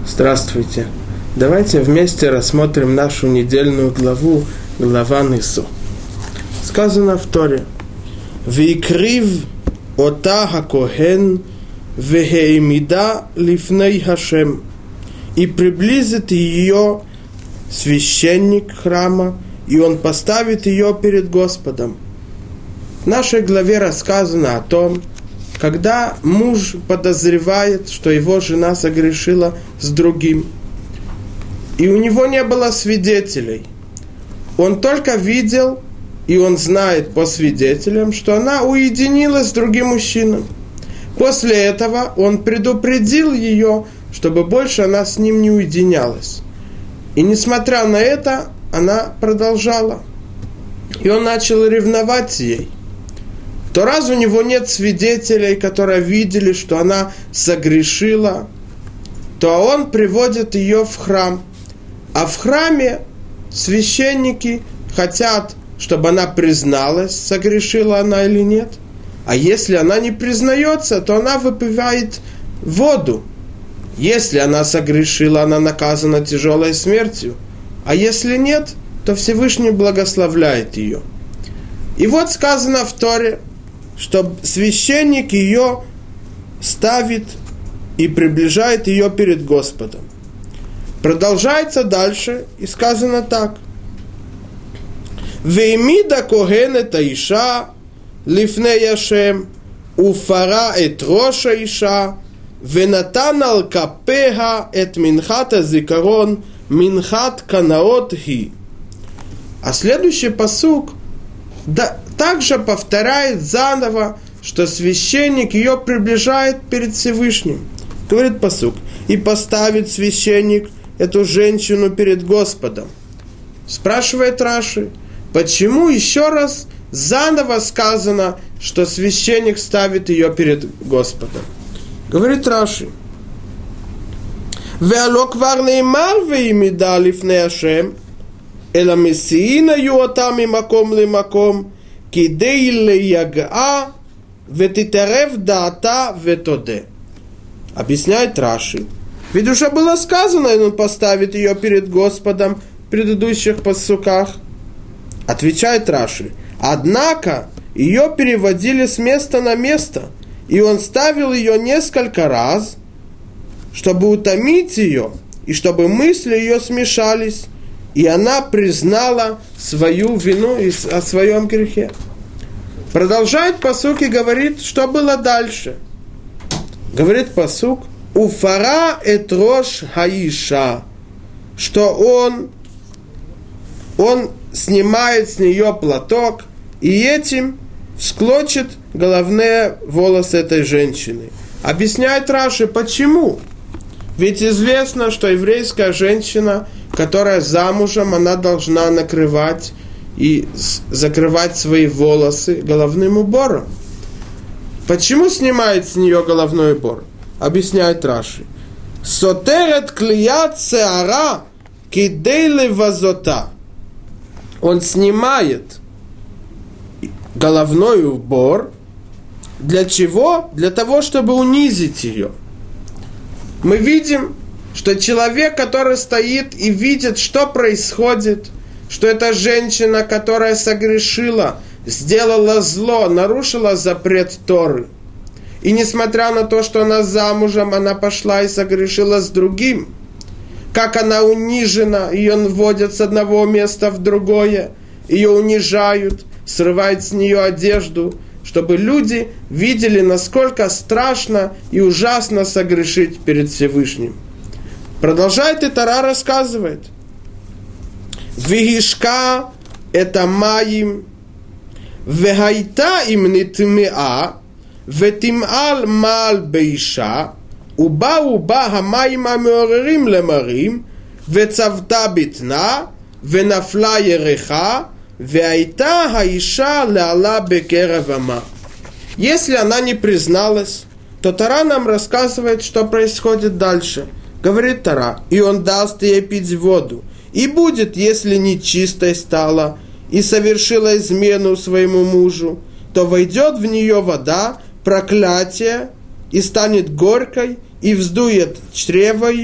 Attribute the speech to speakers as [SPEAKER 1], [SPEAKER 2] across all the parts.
[SPEAKER 1] Здравствуйте. Давайте вместе рассмотрим нашу недельную главу, глава Нисо. Сказано в Торе: «Викрив ота хакоген вехеимида лифней Хашем», и приблизит ее священник храма, и он поставит ее перед Господом. В нашей главе рассказано о том, когда муж подозревает, что его жена согрешила с другим, и у него не было свидетелей. Он только видел, и он знает по свидетелям, что она уединилась с другим мужчиной. После этого он предупредил ее, чтобы больше она с ним не уединялась. И несмотря на это, она продолжала. И он начал ревновать ей. То раз у него нет свидетелей, которые видели, что она согрешила, то он приводит ее в храм. А в храме священники хотят, чтобы она призналась, согрешила она или нет. А если она не признается, то она выпивает воду. Если она согрешила, она наказана тяжелой смертью. А если нет, то Всевышний благословляет ее. И вот сказано в Торе, что священник ее ставит и приближает ее перед Господом. Продолжается дальше, и сказано так: «Веймида коген эт аиша лифней Ашем, уфара эт роша иша, венатан ал капеха эт минхат азикарон, минхат канаот ги». А следующий пасук также повторяет заново, что священник ее приближает перед Всевышним. Говорит пасук: «И поставит священник эту женщину перед Господом». Спрашивает Раши, почему еще раз заново сказано, что священник ставит ее перед Господом? Говорит Раши: «Веало квар неймар веимида лифней Ашем, эла месиина юота мимаком лимаком, кидей леягаа ветитарев даата ветоде». Объясняет Раши: ведь уже было сказано, и он поставит ее перед Господом в предыдущих пассуках. Отвечает Раши: однако ее переводили с места на место, и он ставил ее несколько раз, чтобы утомить ее, и чтобы мысли ее смешались, и она признала свою вину и о своем грехе. Продолжает пасук и говорит, что было дальше. Говорит пасук: «Уфара эт рош хаиша», что он снимает с нее платок и этим всклочит головные волосы этой женщины. Объясняет Раши, почему? Ведь известно, что еврейская женщина, которая замужем, она должна накрывать и закрывать свои волосы головным убором. Почему снимает с нее головной убор? Объясняет Раши: «Сотерет клият сеара кидей левазота». Он снимает головной убор. Для чего? Для того, чтобы унизить ее. Мы видим, что человек, который стоит и видит, что происходит, что эта женщина, которая согрешила, сделала зло, нарушила запрет Торы. И несмотря на то, что она замужем, она пошла и согрешила с другим. Как она унижена, ее вводят с одного места в другое, ее унижают, срывают с нее одежду, чтобы люди видели, насколько страшно и ужасно согрешить перед Всевышним. Продолжает и Тора рассказывает: «Вихишка это маим, вехайта им нитмеа, ветимал мал бейша, уба хамаим амеорерим лемарим, וצבתה בטנה, ונפלה ירחה, והייתה האישה לעלה בקרב עמה». Если она не призналась, то Тора нам рассказывает, что происходит дальше. Говорит Тора: «И он даст ей пить воду, и будет, если нечистой стала, и совершила измену своему мужу, то войдет в нее вода, проклятие, и станет горькой, и вздует чрево ее,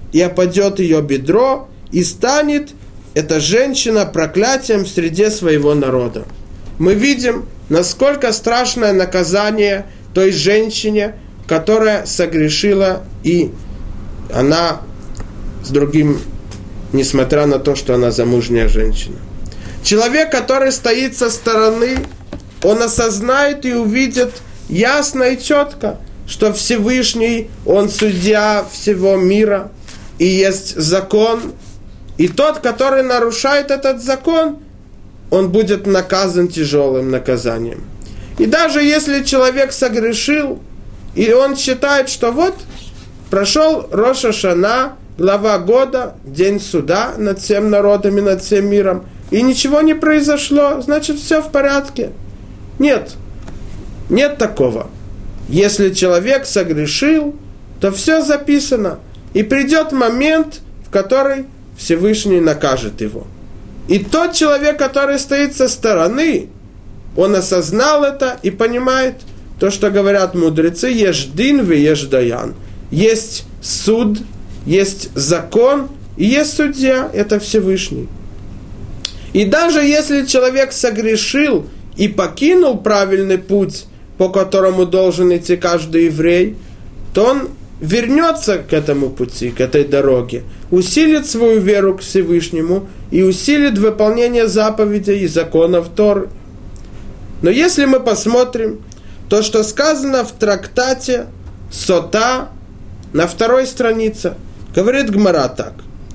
[SPEAKER 1] и опадет ее бедро, и станет эта женщина проклятием в среде своего народа. Мы видим, насколько страшное наказание той женщине, которая согрешила, и она с другим, несмотря на то, что она замужняя женщина. Человек, который стоит со стороны, он осознает и увидит ясно и четко, что Всевышний, Он судья всего мира, и есть закон, и тот, который нарушает этот закон, он будет наказан тяжелым наказанием. И даже если человек согрешил, и он считает, что вот прошел Рош ха-Шана, глава года, день суда над всем народом и над всем миром, и ничего не произошло, значит все в порядке. Нет такого. Если человек согрешил, то все записано. И придет момент, в который Всевышний накажет его. И тот человек, который стоит со стороны, он осознал это и понимает то, что говорят мудрецы: еш дин ве еш даян. Есть суд, есть закон и есть судья, это Всевышний. И даже если человек согрешил и покинул правильный путь, по которому должен идти каждый еврей, то он вернется к этому пути, к этой дороге, усилит свою веру к Всевышнему и усилит выполнение заповедей и законов Торы. Но если мы посмотрим то, что сказано в трактате Сота на 2 странице, говорит Гмара так: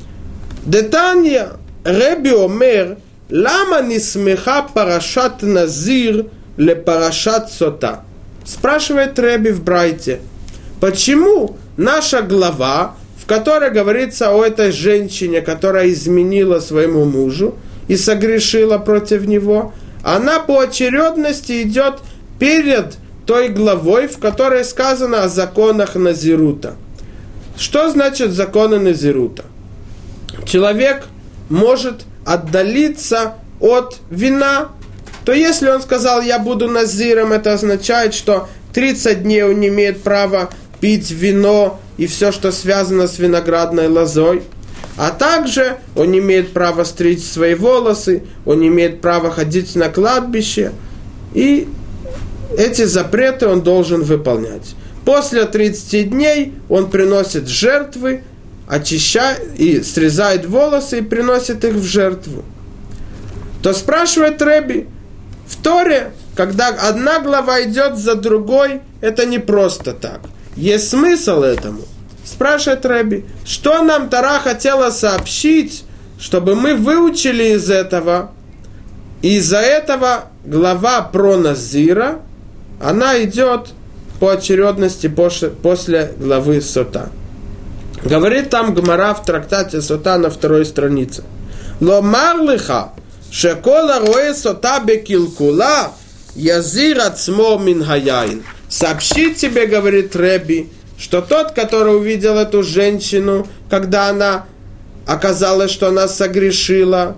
[SPEAKER 1] Детанья Реби омер, лама нисмеха парашат назир ле парашат Сота. Спрашивает Реби в Брайте, почему наша глава, в которой говорится о этой женщине, которая изменила своему мужу и согрешила против него, она по очередности идет перед той главой, в которой сказано о законах Назирута. Что значит законы Назирута? Человек может отдалиться от вина. То если он сказал: я буду назиром, это означает, что 30 дней он не имеет права пить вино и все, что связано с виноградной лозой. А также он не имеет права стричь свои волосы, он не имеет права ходить на кладбище. И эти запреты он должен выполнять. После 30 дней он приносит жертвы, очищает и срезает волосы и приносит их в жертву. То спрашивает Реби, в Торе, когда одна глава идет за другой, это не просто так. Есть смысл этому. Спрашивает Реби, что нам Тора хотела сообщить, чтобы мы выучили из этого. И из-за этого глава про Назира, она идет по очередности после главы Сота. Говорит там Гмара в трактате Сота на 2 странице. Ломар лиха, шекола роэ Сота бекилкула, язир ацмо мин хаяин. Сообщить тебе, говорит Реби, что тот, который увидел эту женщину, когда она оказалось, что она согрешила,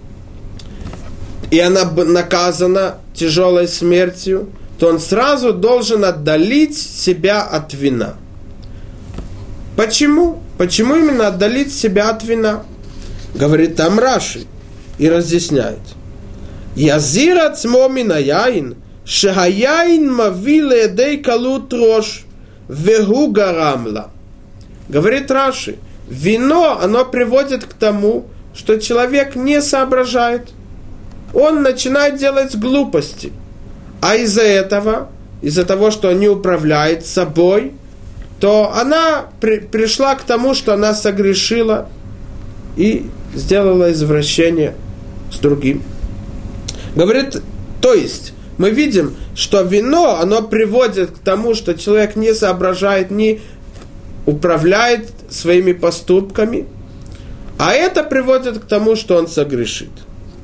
[SPEAKER 1] и она наказана тяжелой смертью, то он сразу должен отдалить себя от вина. Почему? Почему именно отдалить себя от вина? Говорит там Раши и разъясняет. Язир ацмо мин хаяин, шехаяин мави леедей калут рош, вегу гарамла. Говорит Раши, вино, оно приводит к тому, что человек не соображает. Он начинает делать глупости. А из-за того, что он не управляет собой, то она пришла к тому, что она согрешила и сделала извращение с другим. Говорит, то есть, мы видим, что вино, оно приводит к тому, что человек не соображает, не управляет своими поступками, а это приводит к тому, что он согрешит.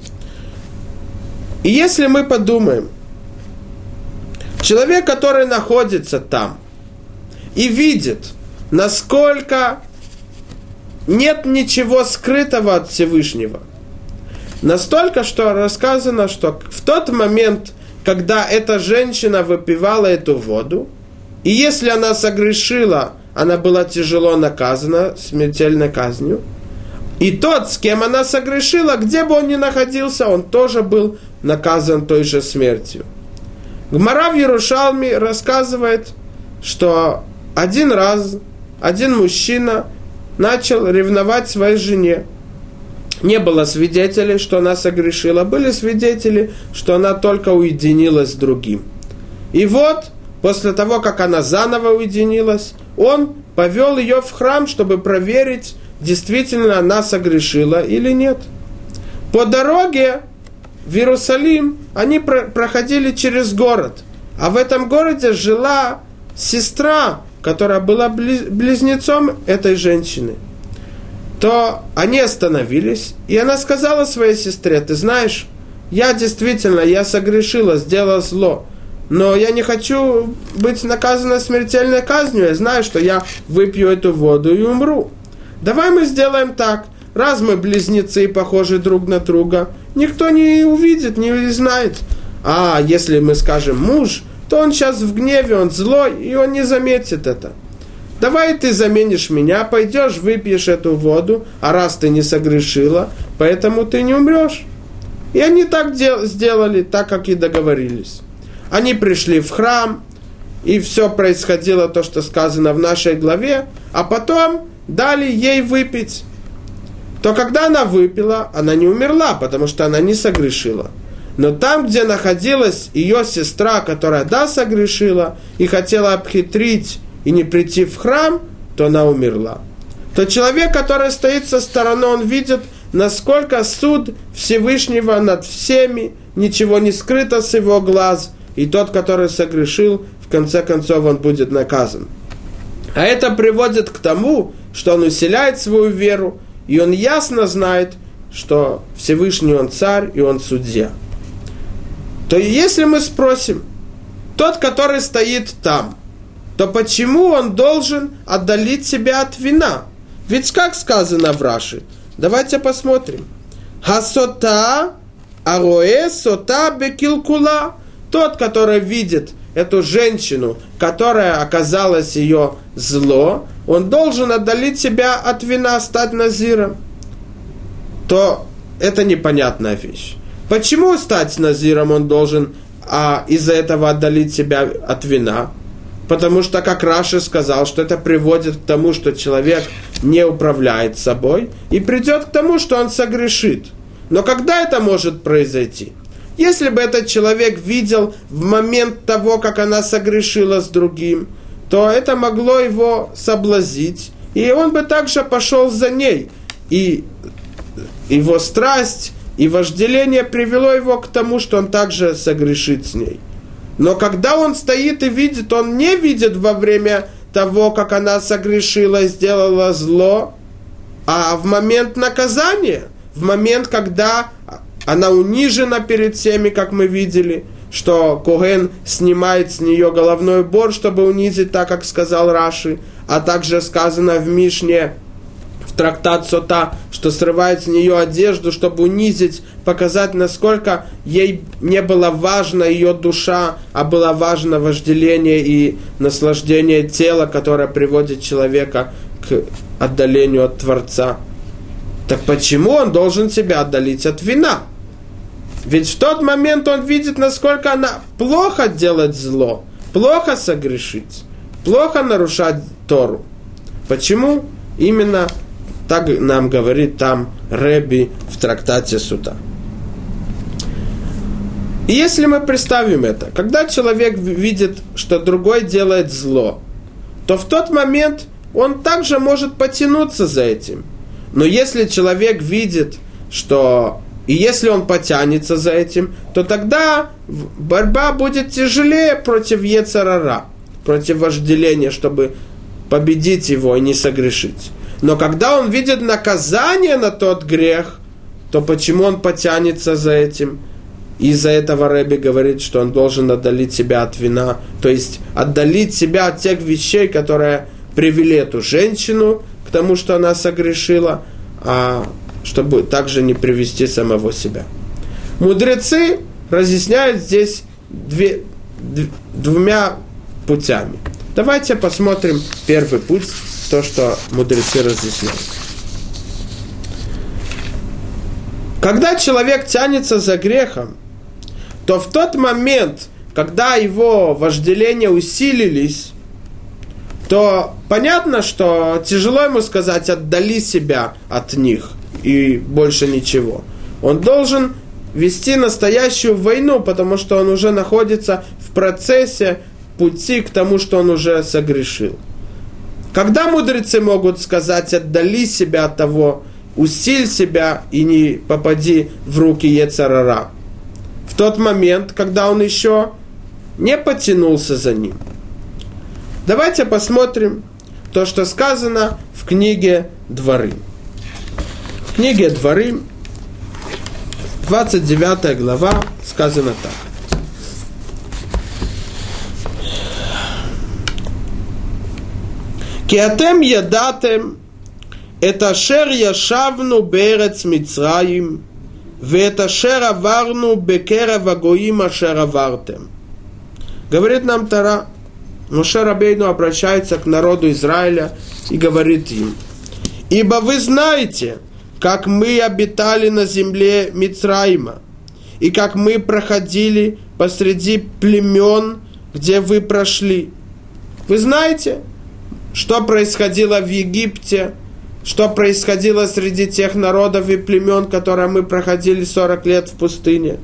[SPEAKER 1] И если мы подумаем, человек, который находится там и видит, насколько нет ничего скрытого от Всевышнего, настолько, что рассказано, что в тот момент, когда эта женщина выпивала эту воду, и если она согрешила, она была тяжело наказана смертельной казнью. И тот, с кем она согрешила, где бы он ни находился, он тоже был наказан той же смертью. Гмара в Ярушалме рассказывает, что один раз один мужчина начал ревновать своей жене. Не было свидетелей, что она согрешила. Были свидетели, что она только уединилась с другим. И вот, после того, как она заново уединилась, он повел ее в храм, чтобы проверить, действительно она согрешила или нет. По дороге в Иерусалим они проходили через город. А в этом городе жила сестра, которая была близнецом этой женщины. То они остановились, и она сказала своей сестре: ты знаешь, я согрешила, сделала зло, но я не хочу быть наказана смертельной казнью, я знаю, что я выпью эту воду и умру. Давай мы сделаем так, раз мы близнецы и похожи друг на друга, никто не увидит, не знает. А если мы скажем муж, то он сейчас в гневе, он злой, и он не заметит это. Давай ты заменишь меня, пойдешь, выпьешь эту воду, а раз ты не согрешила, поэтому ты не умрешь. И они так сделали, так как и договорились. Они пришли в храм, и все происходило то, что сказано в нашей главе, а потом дали ей выпить. То когда она выпила, она не умерла, потому что она не согрешила. Но там, где находилась ее сестра, которая согрешила и хотела обхитрить и не прийти в храм, то она умерла. То человек, который стоит со стороны, он видит, насколько суд Всевышнего над всеми, ничего не скрыто с его глаз, и тот, который согрешил, в конце концов он будет наказан. А это приводит к тому, что он усиляет свою веру, и он ясно знает, что Всевышний он царь и он судья. То если мы спросим, тот, который стоит там, то почему он должен отдалить себя от вина? Ведь как сказано в Раши? Давайте посмотрим. Хасота ароэ сота бекилкула. Тот, который видит эту женщину, которая оказалась ее зло, он должен отдалить себя от вина, стать назиром. То это непонятная вещь. Почему стать назиром он должен, а из-за этого отдалить себя от вина? Потому что, как Раши сказал, что это приводит к тому, что человек не управляет собой и придет к тому, что он согрешит. Но когда это может произойти? Если бы этот человек видел в момент того, как она согрешила с другим, то это могло его соблазнить, и он бы также пошел за ней. И его страсть и вожделение привело его к тому, что он также согрешит с ней. Но когда он стоит и видит, он не видит во время того, как она согрешила и сделала зло, а в момент наказания, в момент, когда она унижена перед всеми, как мы видели, что Коэн снимает с нее головной убор, чтобы унизить, так как сказал Раши, а также сказано в Мишне, в трактат Сота, что срывает с нее одежду, чтобы унизить, показать, насколько ей не было важна ее душа, а было важно вожделение и наслаждение тела, которое приводит человека к отдалению от Творца. Так почему он должен себя отдалить от вина? Ведь в тот момент он видит, насколько она плохо делать зло, плохо согрешить, плохо нарушать Тору. Почему? Именно так нам говорит там Реби в трактате Сута. И если мы представим это, когда человек видит, что другой делает зло, то в тот момент он также может потянуться за этим. Но если человек видит, что и если он потянется за этим, то тогда борьба будет тяжелее против Йецер ара, против вожделения, чтобы победить его и не согрешить. Но когда он видит наказание на тот грех, то почему он потянется за этим? Из-за этого Реби говорит, что он должен отдалить себя от вина, то есть отдалить себя от тех вещей, которые привели эту женщину к тому, что она согрешила, чтобы также не привести самого себя. Мудрецы разъясняют здесь двумя путями. Давайте посмотрим первый путь, то, что мудрецы разъясняют. Когда человек тянется за грехом, то в тот момент, когда его вожделения усилились, то понятно, что тяжело ему сказать «отдали себя от них» и больше ничего. Он должен вести настоящую войну, потому что он уже находится в процессе пути к тому, что он уже согрешил. Когда мудрецы могут сказать «отдали себя от того», «усиль себя и не попади в руки Йецер ара»? В тот момент, когда он еще не потянулся за ним. Давайте посмотрим то, что сказано в книге Дворим. В книге Дворим, 29 глава, сказано так. Киатем ядатем את אשר ישבנו בארץ מצרים ואת אשר עברנו בקרב הגויים אשר עברתם. Говорит нам Тора, Моше Рабейну обращается к народу Израиля и говорит им: ибо вы знаете, как мы обитали на земле Мицраима, и как мы проходили посреди племен, где вы прошли. Вы знаете, что происходило в Египте, что происходило среди тех народов и племен, которые мы проходили 40 лет в пустыне.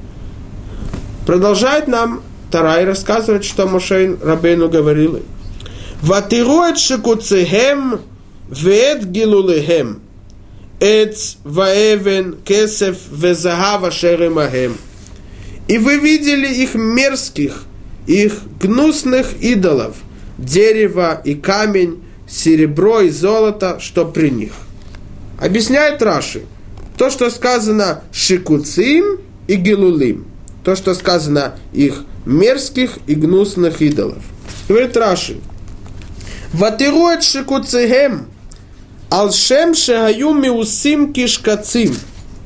[SPEAKER 1] Продолжает нам Тора и рассказывает, что Моше Рабейну говорил. «Ватиру эт шекуцехем веэт гилулехем, эц ваэвен кесев везагав ашер имахем». И вы видели их мерзких, их гнусных идолов, дерево и камень, серебро и золото, что при них. Объясняет Раши, то, что сказано шикуцим и гилулим, то, что сказано их мерзких и гнусных идолов. Говорит Раши: ватирует шикуцихем алшем шегаю миусим кишкацим.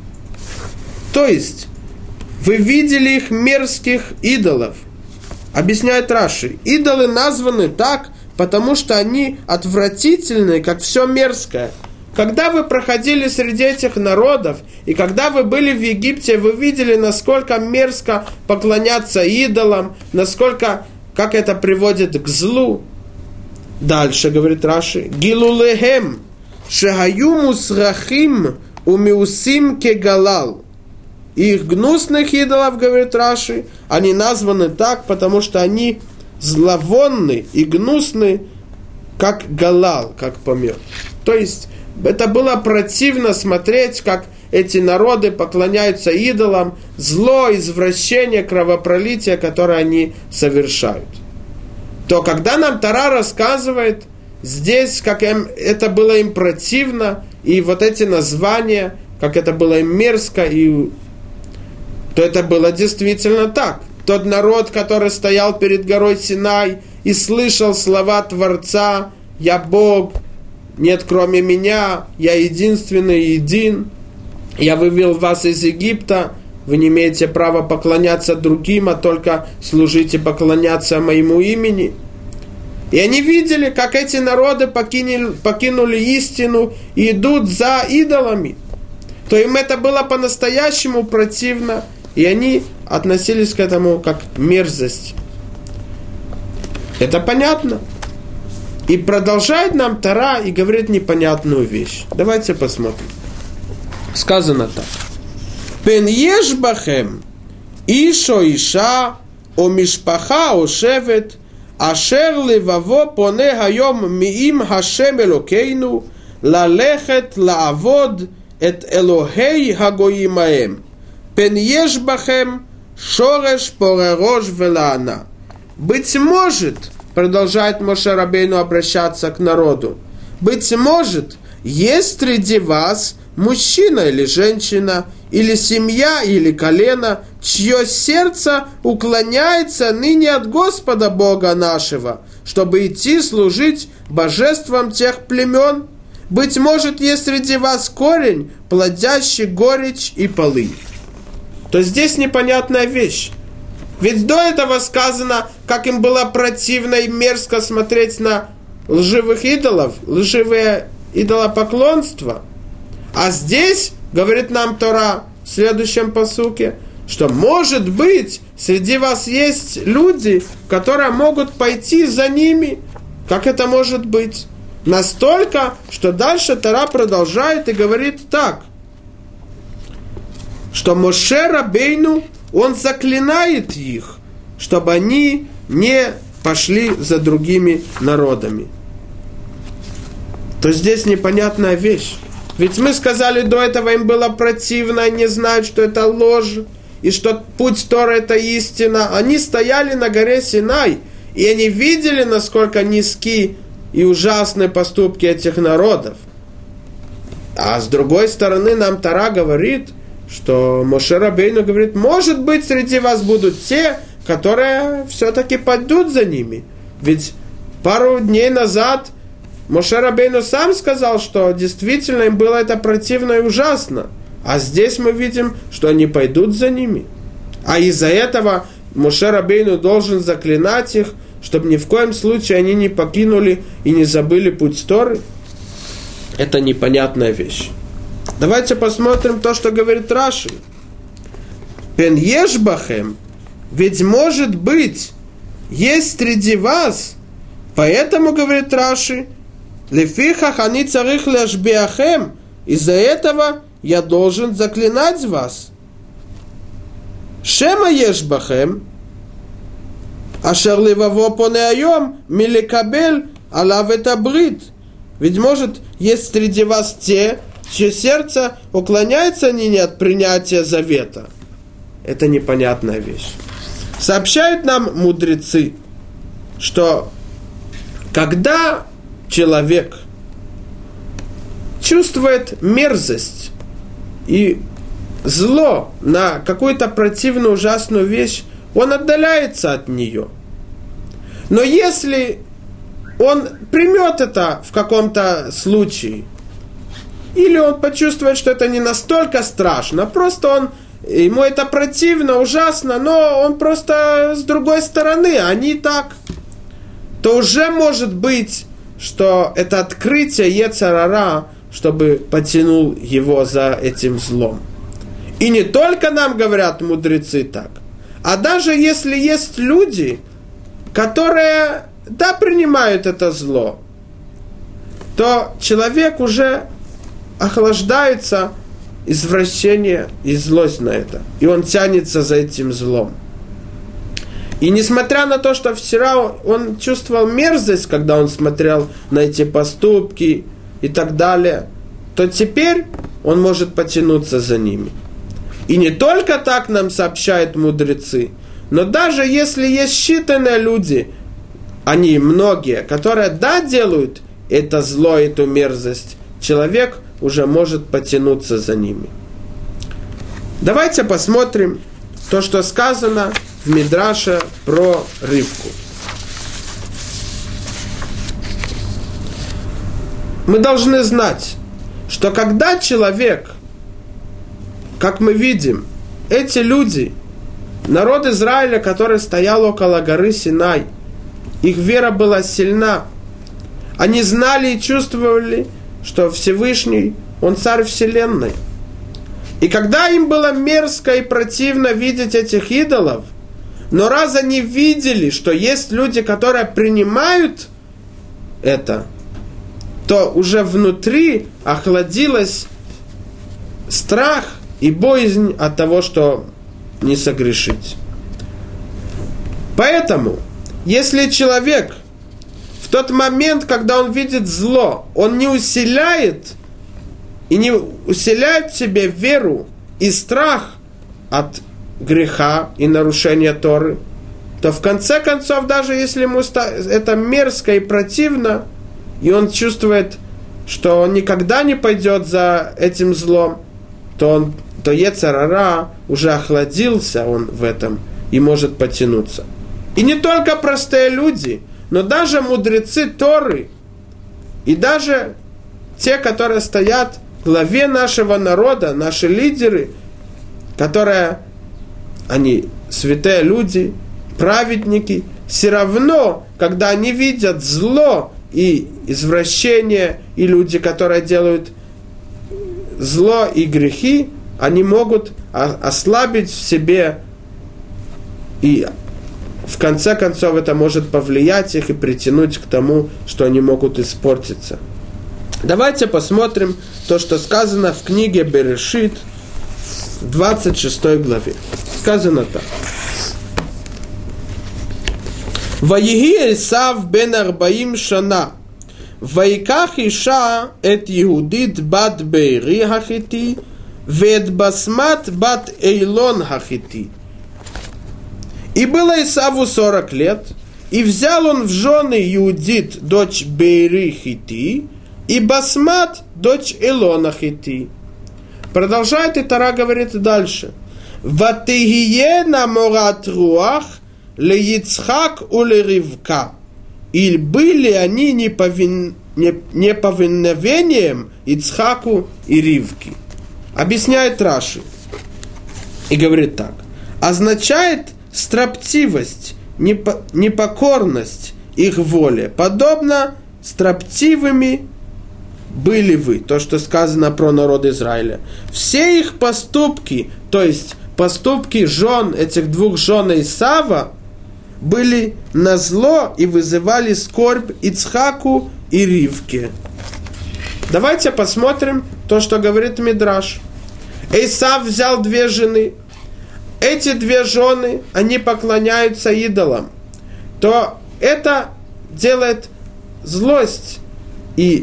[SPEAKER 1] То есть, вы видели их мерзких идолов. Объясняет Раши, идолы названы так, потому что они отвратительные, как все мерзкое. Когда вы проходили среди этих народов, и когда вы были в Египте, вы видели, насколько мерзко поклоняться идолам, насколько, как это приводит к злу. Дальше, говорит Раши, «Гилулехем, шехаю мусрахим умиусим кегалал». Их гнусных идолов, говорит Раши, они названы так, потому что они зловонны и гнусны, как галал, как помет. То есть, это было противно смотреть, как эти народы поклоняются идолам, зло, извращение, кровопролитие, которое они совершают. То, когда нам Тора рассказывает здесь, как это было им противно, и вот эти названия, как это было им мерзко, то это было действительно так. Тот народ, который стоял перед горой Синай и слышал слова Творца: «Я Бог, нет кроме меня, я единственный и един, я вывел вас из Египта, вы не имеете права поклоняться другим, а только служить и поклоняться моему имени». И они видели, как эти народы покинули истину и идут за идолами. То им это было по-настоящему противно, и они относились к этому как мерзость. Это понятно. И продолжает нам Тора и говорит непонятную вещь. Давайте посмотрим. Сказано так. «Пен еш бахем ишо иша о мишпаха о шевет ашер леваво поне хайом миим хашем элокейну лалехет лаавод эт элохей хагоим аем. Пен еш бахем шореш порерош велаана». Быть может, продолжает Моше Рабейну обращаться к народу, быть может, есть среди вас мужчина или женщина, или семья, или колено, чье сердце уклоняется ныне от Господа Бога нашего, чтобы идти служить божествам тех племен. Быть может, есть среди вас корень, плодящий горечь и полынь. То здесь непонятная вещь. Ведь до этого сказано, как им было противно и мерзко смотреть на лживых идолов, лживое идолопоклонство. А здесь, говорит нам Тора в следующем пасуке, что, может быть, среди вас есть люди, которые могут пойти за ними. Как это может быть? Настолько, что дальше Тора продолжает и говорит так, что Моше Рабейну, он заклинает их, чтобы они не пошли за другими народами. То здесь непонятная вещь. Ведь мы сказали, до этого им было противно, они знают, что это ложь, и что путь Торы это истина. Они стояли на горе Синай, и они видели, насколько низки и ужасные поступки этих народов. А с другой стороны, нам Тора говорит, что Моше Рабейну говорит, может быть, среди вас будут те, которые все-таки пойдут за ними. Ведь пару дней назад Моше Рабейну сам сказал, что действительно им было это противно и ужасно. А здесь мы видим, что они пойдут за ними. А из-за этого Моше Рабейну должен заклинать их, чтобы ни в коем случае они не покинули и не забыли путь Торы. Это непонятная вещь. Давайте посмотрим то, что говорит Раши. Пен ешбахем, ведь может быть, есть среди вас, поэтому, говорит Раши, лефихах ани царих ляшбиахем, из-за этого я должен заклинать вас. Шема ешбахем, ашер леваво поне айом, милекабель алав это брит. Ведь может, есть среди вас те, чье сердце уклоняется не от принятия завета. Это непонятная вещь. Сообщают нам мудрецы, что когда человек чувствует мерзость и зло на какую-то противную, ужасную вещь, он отдаляется от нее. Но если он примет это в каком-то случае, или он почувствует, что это не настолько страшно, просто ему это противно, ужасно, но он просто с другой стороны, а не так, то уже может быть, что это открытие йецер ара, чтобы потянул его за этим злом. И не только нам говорят мудрецы так, а даже если есть люди, которые, да, принимают это зло, то человек уже охлаждается извращение и злость на это. И он тянется за этим злом. И несмотря на то, что вчера он чувствовал мерзость, когда он смотрел на эти поступки и так далее, то теперь он может потянуться за ними. И не только так нам сообщают мудрецы, но даже если есть считанные люди, они многие, которые, да, делают это зло, эту мерзость, человек уже может потянуться за ними. Давайте посмотрим то, что сказано в Мидраше про Ривку. Мы должны знать, что когда человек, как мы видим, эти люди, народ Израиля, который стоял около горы Синай, их вера была сильна, они знали и чувствовали, что Всевышний, Он царь вселенной. И когда им было мерзко и противно видеть этих идолов, но раз они видели, что есть люди, которые принимают это, то уже внутри охладилось страх и боязнь от того, что не согрешить. Поэтому, если человек в тот момент, когда он видит зло, он не усиляет в себе веру и страх от греха и нарушения Торы, то в конце концов, даже если ему это мерзко и противно, и он чувствует, что он никогда не пойдет за этим злом, то йецер ара уже охладился он в этом и может потянуться. И не только простые люди, но даже мудрецы Торы и даже те, которые стоят в главе нашего народа, наши лидеры, которые они святые люди, праведники, все равно, когда они видят зло и извращение, и люди, которые делают зло и грехи, они могут ослабить в себе, и в конце концов это может повлиять их и притянуть к тому, что они могут испортиться. Давайте посмотрим то, что сказано в книге Берешит, 26 главе. Сказано так. «Ваиги Эсав бен 40 шана, ויקח אישה את יהודית בת בארי החיתי ואת басмат бат Эйлон החיתי. И было Исаву 40 лет, и взял он в жены Иудит, дочь Бейри Хити, и Басмат, дочь Элона Хити». Продолжает и Тора говорит дальше. «Ватегие наморат руах ле Ицхак у ле Ривка». И были они неповиновением Ицхаку и Ривке. Объясняет Раши и говорит так. Означает строптивость, непокорность их воле. Подобно строптивыми были вы. То, что сказано про народ Израиля. Все их поступки, то есть поступки жен, этих двух жен Исава, были на зло и вызывали скорбь Ицхаку и Ривке. Давайте посмотрим то, что говорит Мидраш. Исав взял две жены. Эти две жены, они поклоняются идолам. То это делает злость и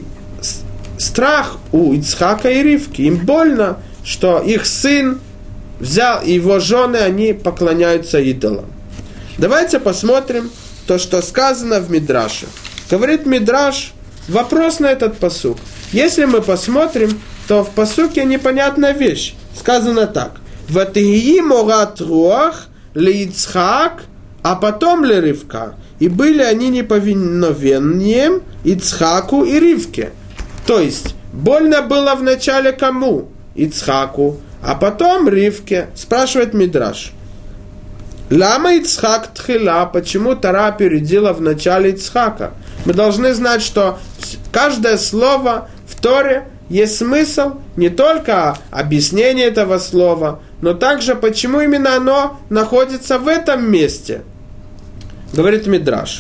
[SPEAKER 1] страх у Ицхака и Ривки. Им больно, что их сын взял, и его жены, они поклоняются идолам. Давайте посмотрим то, что сказано в Мидраше. Говорит Мидраш, вопрос на этот пасук. Если мы посмотрим, то в пасуке непонятная вещь. Сказано так. «Ватегии морат руах ле Ицхак, а потом ле Ривка». И были они неповиновением Ицхаку и Ривке. То есть, больно было вначале кому? Ицхаку, а потом Ривке. Спрашивает Мидраш. Лама Ицхак тхила, почему Тора опередила в начале Ицхака? Мы должны знать, что каждое слово в Торе есть смысл, не только объяснение этого слова, но также почему именно оно находится в этом месте. Говорит Мидраш.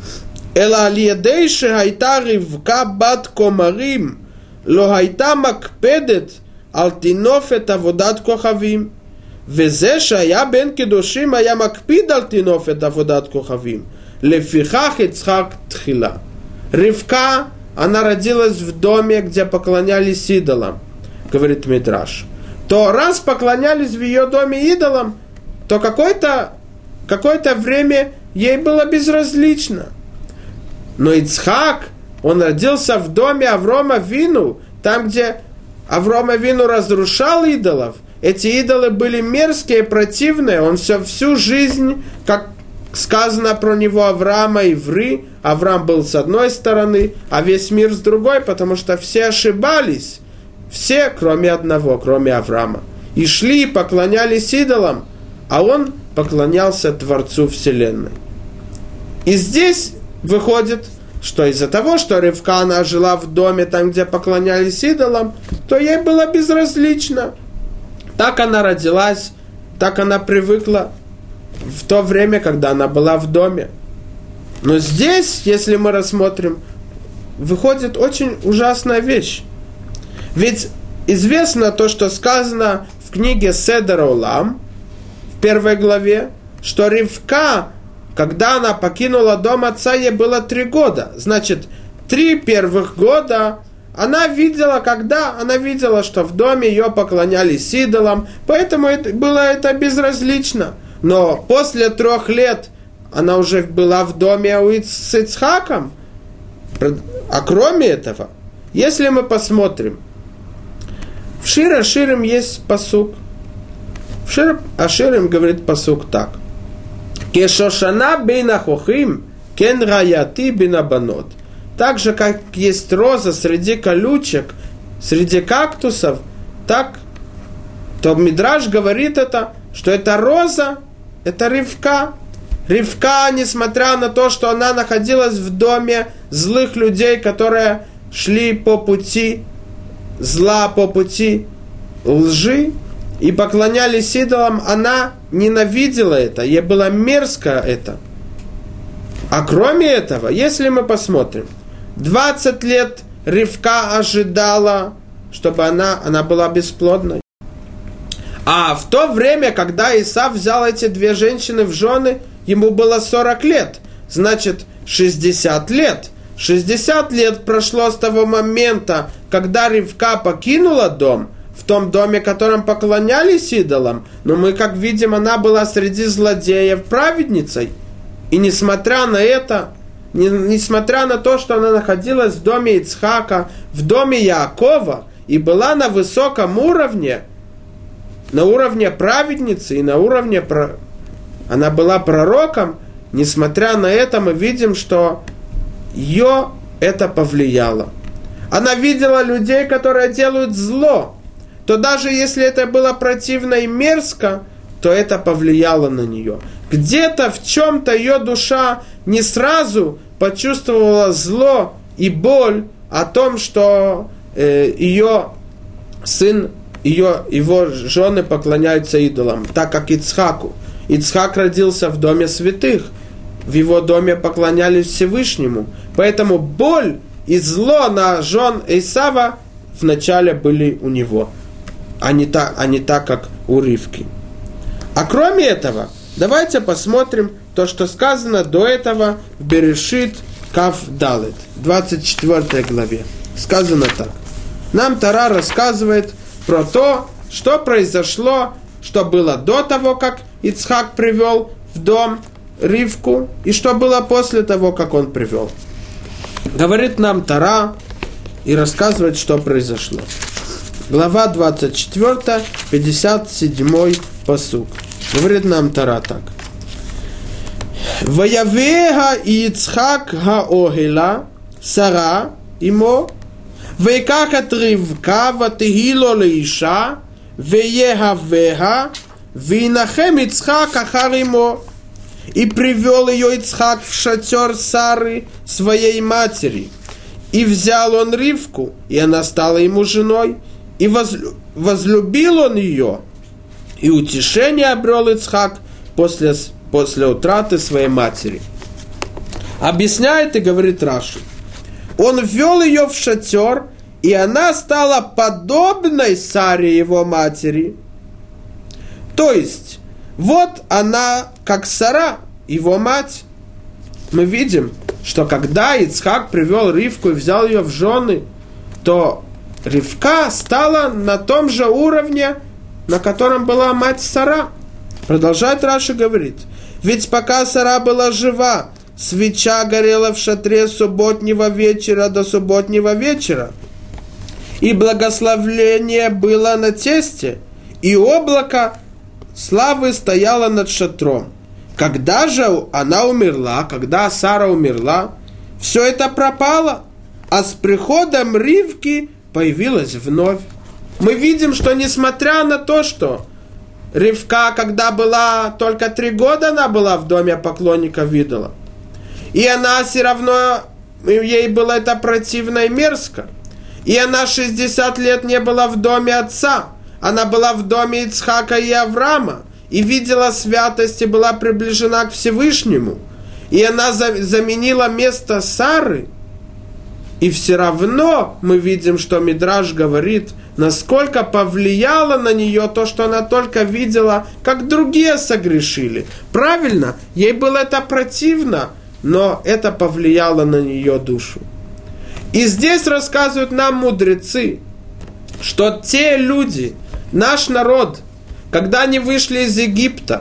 [SPEAKER 1] Эла алиедей шехайта Ривка бат комарим, ло хайта макпедет ал тинофет аводат кохавим. וזה שהיה בן קדושים היה מקפיד על תינופת עבודת כוכבים. לפיכך יצחק תחילה. Ривка, она родилась в доме, где поклонялись идолам, говорит Мидраш. То раз поклонялись в ее доме идолам, то какое-то время ей было безразлично. Но Ицхак, он родился в доме Аврома Вину, там, где Аврома Вину разрушал идолов. Эти идолы были мерзкие, противные. Он всю жизнь, как сказано про него Авраама и Ври, Авраам был с одной стороны, а весь мир с другой, потому что все ошибались. Все, кроме одного, кроме Авраама. И шли и поклонялись идолам, а он поклонялся Творцу Вселенной. И здесь выходит, что из-за того, что Ривка, она жила в доме, там, где поклонялись идолам, то ей было безразлично. Так она родилась, так она привыкла в то время, когда она была в доме. Но здесь, если мы рассмотрим, выходит очень ужасная вещь. Ведь известно то, что сказано в книге Седер Олам, в 1 главе, что Ривка, когда она покинула дом отца, ей было 3 года. Значит, 3 первых года она видела, что в доме ее поклонялись идолам, поэтому было это безразлично. Но после 3 лет она уже была в доме с Ицхаком. А кроме этого, если мы посмотрим, в Шир Аширим есть пасук. В Шир Аширим говорит пасук так. Кешошана бейна хохим, кен раяти бейна банот. Так же, как есть роза среди колючек, среди кактусов, так, то Мидраш говорит что эта роза, это Ривка. Ривка, несмотря на то, что она находилась в доме злых людей, которые шли по пути зла, по пути лжи и поклонялись идолам, она ненавидела это, ей было мерзко это. А кроме этого, если мы посмотрим, 20 лет Ривка ожидала, чтобы она была бесплодной. А в то время, когда Исав взял эти две женщины в жены, ему было 40 лет. Значит, 60 лет. 60 лет прошло с того момента, когда Ривка покинула дом, в том доме, которым поклонялись идолам. Но мы, как видим, она была среди злодеев праведницей. И несмотря на это, несмотря на то, что она находилась в доме Ицхака, в доме Яакова, и была на высоком уровне, на уровне праведницы и на уровне... Она была пророком, несмотря на это, мы видим, что ее это повлияло. Она видела людей, которые делают зло, то даже если это было противно и мерзко, то это повлияло на нее. Где-то в чем-то ее душа не сразу почувствовала зло и боль о том, что ее сын, его жены поклоняются идолам, так как Ицхаку. Ицхак родился в доме святых, в его доме поклонялись Всевышнему. Поэтому боль и зло на жен Исава вначале были у него, а не так, как у Ривки. А кроме этого, давайте посмотрим то, что сказано до этого в Берешит Кав Далет, 24 главе. Сказано так. Нам Тора рассказывает про то, что произошло, что было до того, как Ицхак привел в дом Ривку, и что было после того, как он привел. Говорит нам Тора и рассказывает, что произошло. Глава 24, 57 пасук. Говорит нам Тора так. Ваявега Ицхак хаогела Сара имо, векахат Ривка ватихило леиша, веегавега, винахем Ицхак ахар имо. И привел ее Ицхак в шатер Сары, своей матери. И взял он Ривку, и она стала ему женой. И возлюбил он ее. И утешение обрел Ицхак после утраты своей матери. Объясняет и говорит Раши. Он ввел ее в шатер, и она стала подобной Саре, его матери. То есть, вот она, как Сара, его мать. Мы видим, что когда Ицхак привел Ривку и взял ее в жены, то Ривка стала на том же уровне, на котором была мать Сара. Продолжает Раши говорит. Ведь пока Сара была жива, свеча горела в шатре с субботнего вечера до субботнего вечера. И благословление было на тесте, и облако славы стояло над шатром. Когда же она умерла, когда Сара умерла, все это пропало, а с приходом Ривки появилось вновь. Мы видим, что несмотря на то, что Ривка, когда была только 3 года, она была в доме поклонников идола, и она все равно, ей было это противно и мерзко, и она 60 лет не была в доме отца, она была в доме Ицхака и Авраама, и видела святость, и была приближена к Всевышнему. И она заменила место Сары. И все равно мы видим, что Мидраш говорит, насколько повлияло на нее то, что она только видела, как другие согрешили. Правильно, ей было это противно, но это повлияло на нее душу. И здесь рассказывают нам мудрецы, что те люди, наш народ, когда они вышли из Египта,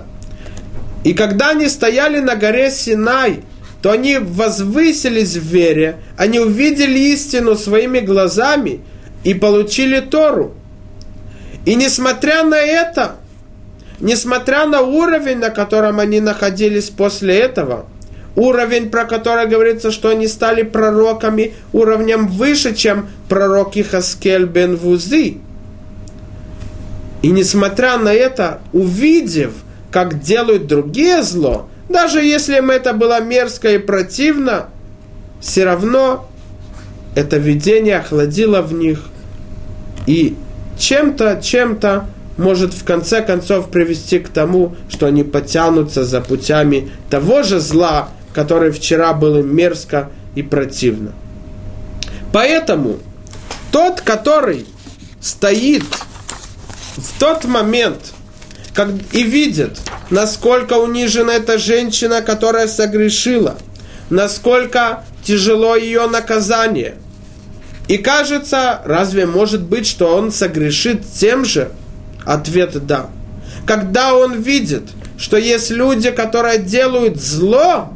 [SPEAKER 1] и когда они стояли на горе Синай, то они возвысились в вере, они увидели истину своими глазами и получили Тору. И несмотря на это, несмотря на уровень, на котором они находились после этого, уровень, про который говорится, что они стали пророками, уровнем выше, чем пророк Ихаскель бен Вузи. И несмотря на это, увидев, как делают другие зло, даже если им это было мерзко и противно, все равно это видение охладило в них и чем-то может в конце концов привести к тому, что они потянутся за путями того же зла, которое вчера было мерзко и противно. Поэтому тот, который стоит в тот момент и видит, насколько унижена эта женщина, которая согрешила, насколько тяжело ее наказание, и кажется, разве может быть, что он согрешит тем же? Ответ – да. Когда он видит, что есть люди, которые делают зло,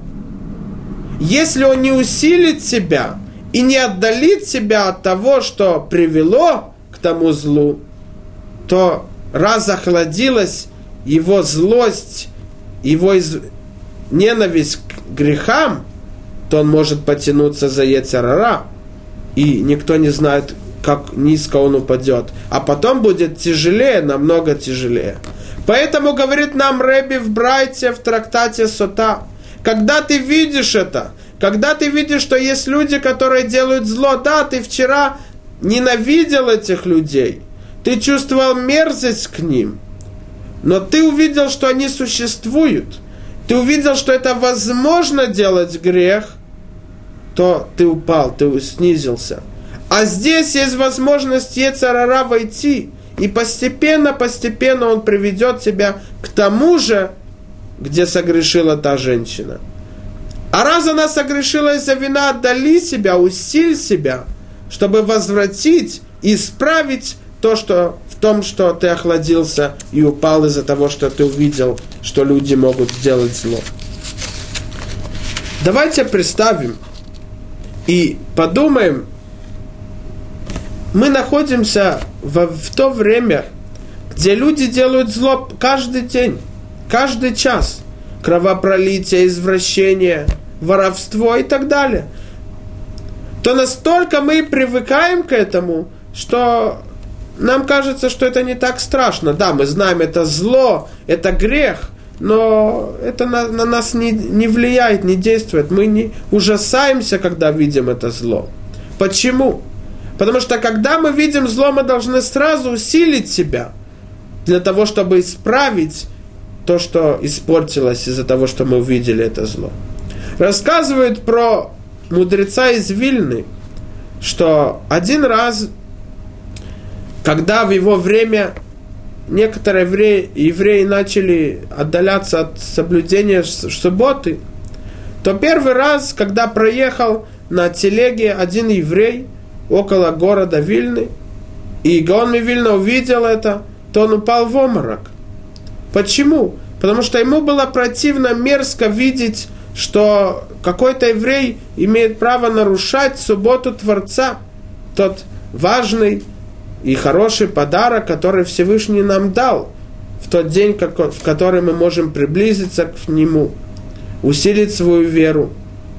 [SPEAKER 1] если он не усилит себя и не отдалит себя от того, что привело к тому злу, то раз охладилась его злость, его ненависть к грехам, то он может потянуться за йецер ара, и никто не знает, как низко он упадет. А потом будет тяжелее, намного тяжелее. Поэтому говорит нам Ребби в Брайте, в трактате Сота, когда ты видишь это, когда ты видишь, что есть люди, которые делают зло, да, ты вчера ненавидел этих людей, ты чувствовал мерзость к ним, но ты увидел, что они существуют, ты увидел, что это возможно делать грех, то ты упал, ты снизился. А здесь есть возможность йецер ара войти, и постепенно он приведет тебя к тому же, где согрешила та женщина. А раз она согрешила из-за вина, отдали себя, усиль себя, чтобы возвратить и исправить то, что в том, что ты охладился и упал из-за того, что ты увидел, что люди могут делать зло. Давайте представим и подумаем, мы находимся в то время, где люди делают зло каждый день, каждый час. Кровопролитие, извращение, воровство и так далее. То настолько мы привыкаем к этому, что нам кажется, что это не так страшно. Да, мы знаем, это зло, это грех, но это на нас не влияет, не действует. Мы не ужасаемся, когда видим это зло. Почему? Потому что когда мы видим зло, мы должны сразу усилить себя для того, чтобы исправить то, что испортилось из-за того, что мы увидели это зло. Рассказывают про мудреца из Вильны, что один раз, когда в его время некоторые евреи начали отдаляться от соблюдения субботы, то первый раз, когда проехал на телеге один еврей около города Вильны, и Гаон Мивильна увидел это, то он упал в обморок. Почему? Потому что ему было противно, мерзко видеть, что какой-то еврей имеет право нарушать субботу Творца, тот важный и хороший подарок, который Всевышний нам дал, в тот день, в который мы можем приблизиться к Нему, усилить свою веру.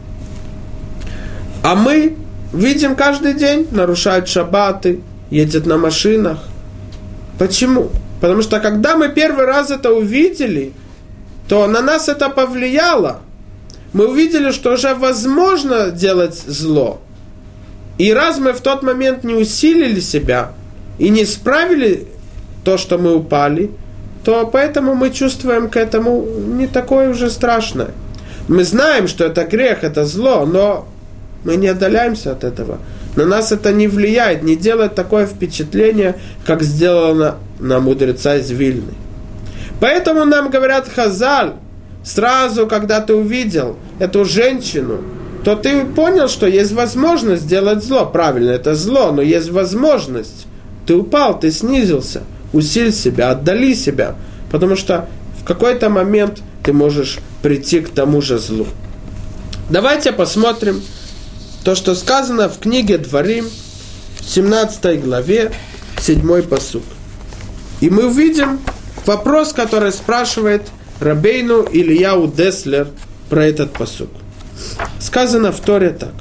[SPEAKER 1] А мы видим каждый день, нарушают шаббаты, едут на машинах. Почему? Потому что когда мы первый раз это увидели, то на нас это повлияло. Мы увидели, что уже возможно делать зло. И раз мы в тот момент не усилили себя и не исправили то, что мы упали, то поэтому мы чувствуем к этому не такое уже страшное. Мы знаем, что это грех, это зло, но мы не отдаляемся от этого. На нас это не влияет, не делает такое впечатление, как сделано на мудреца из Вильны. Поэтому нам говорят Хазаль, сразу, когда ты увидел эту женщину, то ты понял, что есть возможность сделать зло. Правильно, это зло, но есть возможность. Ты упал, ты снизился, усиль себя, отдали себя, потому что в какой-то момент ты можешь прийти к тому же злу. Давайте посмотрим то, что сказано в книге Дворим, в 17 главе, 7 пасук. И мы увидим вопрос, который спрашивает Рабейну Ильяу Деслер про этот пасук. Сказано в Торе так.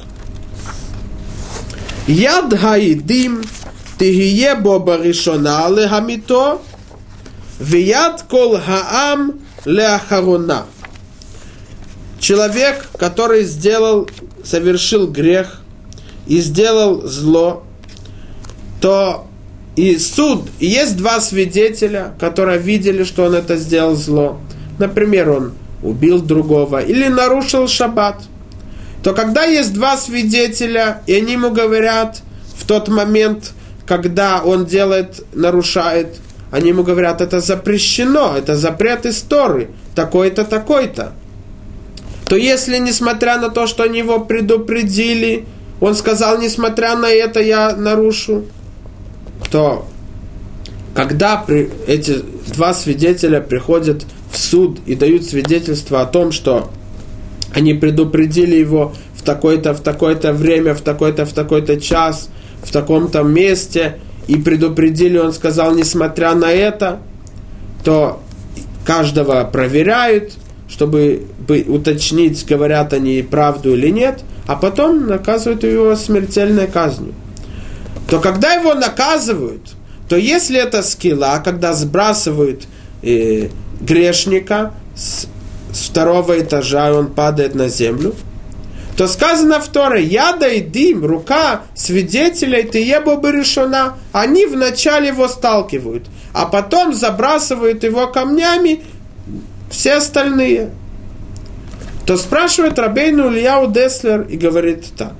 [SPEAKER 1] Яд хаидим тихие бо баришона лехамито, вияд кол хаам леахаруна. Человек, который совершил грех и сделал зло, то и суд, и есть два свидетеля, которые видели, что он это сделал зло. Например, он убил другого или нарушил шаббат. То когда есть два свидетеля, и они ему говорят в тот момент, когда он нарушает, они ему говорят, это запрещено, это запрет из Торы, такой-то, такой-то. То если, несмотря на то, что они его предупредили, он сказал, несмотря на это, я нарушу, то когда эти два свидетеля приходят в суд и дают свидетельство о том, что они предупредили его в такое-то время, в такой-то час, в таком-то месте, и предупредили, он сказал, несмотря на это, то каждого проверяют, чтобы уточнить, говорят они правду или нет, а потом наказывают его смертельной казнью. То когда его наказывают, то если это скилла, когда сбрасывают грешника с второго этажа, и он падает на землю, то сказано в Торе, яда и дым, рука свидетелей, ты ебо бы решена, они вначале его сталкивают, а потом забрасывают его камнями все остальные. То спрашивает Рабейну Ильяу Деслер и говорит так.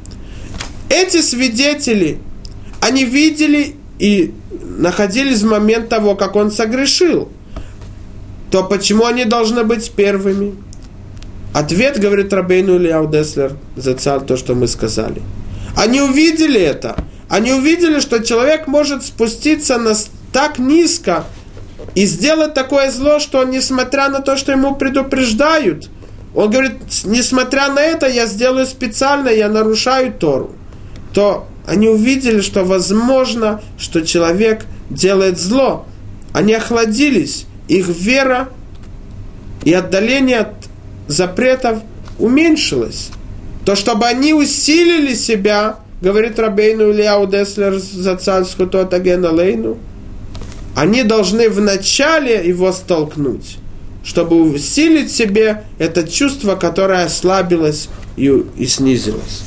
[SPEAKER 1] Эти свидетели, они видели и находились в момент того, как он согрешил. То почему они должны быть первыми? Ответ, говорит Рабейну Ильяу Деслер, зацал то, что мы сказали. Они увидели это. Они увидели, что человек может спуститься так низко и сделать такое зло, что несмотря на то, что ему предупреждают, он говорит, несмотря на это, я сделаю специально, я нарушаю Тору. То они увидели, что возможно, что человек делает зло. Они охладились. Их вера и отдаление от запретов уменьшилось. То, чтобы они усилили себя, говорит Рабейну Ильяу Деслер зацаль зхуто таген алейну, они должны вначале его столкнуть, чтобы усилить в себе это чувство, которое ослабилось и снизилось.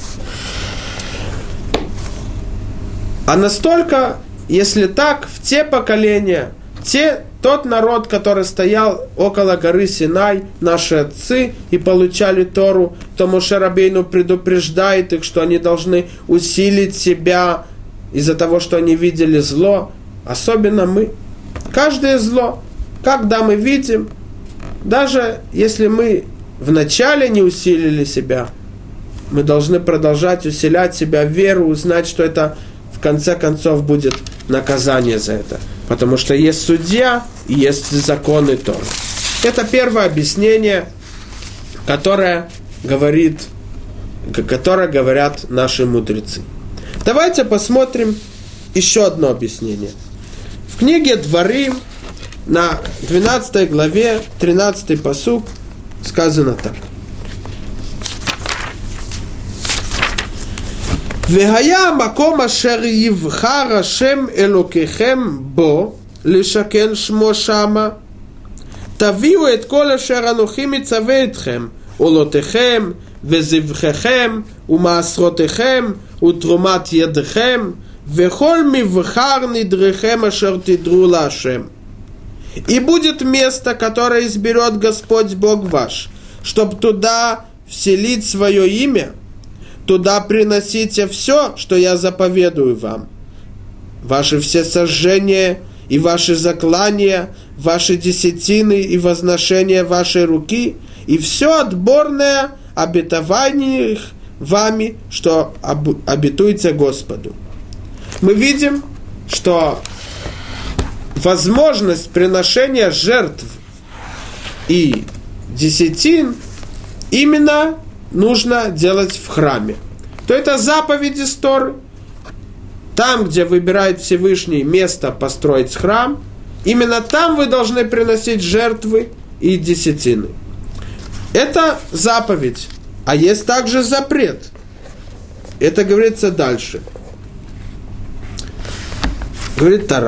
[SPEAKER 1] А настолько, если так, в те поколения, тот народ, который стоял около горы Синай, наши отцы, и получали Тору, то Моше Рабейну предупреждает их, что они должны усилить себя из-за того, что они видели зло, особенно мы. Каждое зло, когда мы видим, даже если мы вначале не усилили себя, мы должны продолжать усилять себя в веру, узнать, что это в конце концов будет наказание за это. Потому что есть судья и есть законы Торы. Это первое объяснение, которое говорят наши мудрецы. Давайте посмотрим еще одно объяснение. В книге Дворим на 12 главе, 13 пасук сказано так. והיה המקום אשר יבחר השם אלוקיכם בו לשכן שמו שמה תביאו את כל אשר אנוכי מצווה אתכם עולותיכם וזבחיכם ומעשרותיכם ותרומת ידיכם וכל מבחר נדריכם אשר תדרו להשם. И будет место, которое изберет Господь Бог ваш, чтоб туда вселить свое имя. Туда приносите все, что я заповедую вам. Ваши все сожжения и ваши заклания, ваши десятины и возношения вашей руки, и все отборное обетование их вами, что обетуете Господу. Мы видим, что возможность приношения жертв и десятин именно нужно делать в храме. То это заповеди Торы. Там, где выбирает Всевышний место построить храм, именно там вы должны приносить жертвы и десятины. Это заповедь. А есть также запрет. Это говорится дальше. Говорит Тора,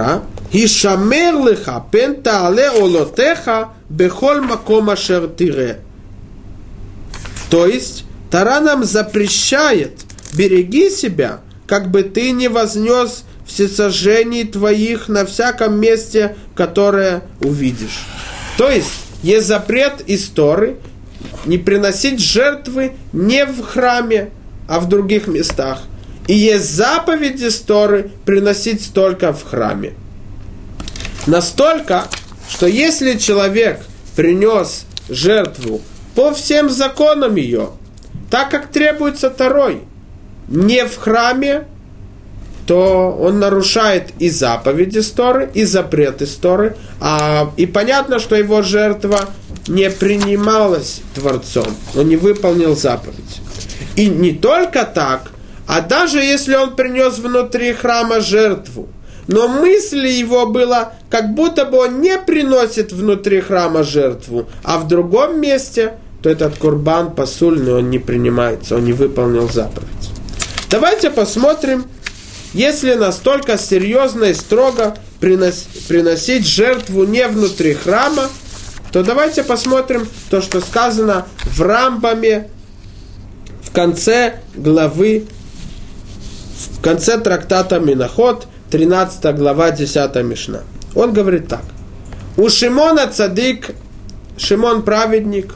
[SPEAKER 1] Хишамер леха пен таале олотеха бехоль маком ашер тире. То есть, Тора нам запрещает, береги себя, как бы ты не вознес всесожжений твоих на всяком месте, которое увидишь. То есть запрет из Торы не приносить жертвы не в храме, а в других местах. И есть заповедь из Торы приносить только в храме. Настолько, что если человек принес жертву по всем законам ее, так как требуется Торой, не в храме, то он нарушает и заповеди Торы, и запреты Торы, и понятно, что его жертва не принималась Творцом, он не выполнил заповедь. И не только так, а даже если он принес внутри храма жертву, но мысль его была, как будто бы он не приносит внутри храма жертву, а в другом месте, то этот курбан пасульный, он не принимается, он не выполнил заповедь. Давайте посмотрим, если настолько серьезно и строго приносить жертву не внутри храма, то давайте посмотрим то, что сказано в Рамбаме в конце главы, в конце трактата Минахот, 13 глава, 10 Мишна. Он говорит так. У Шимона цадик, Шимон праведник,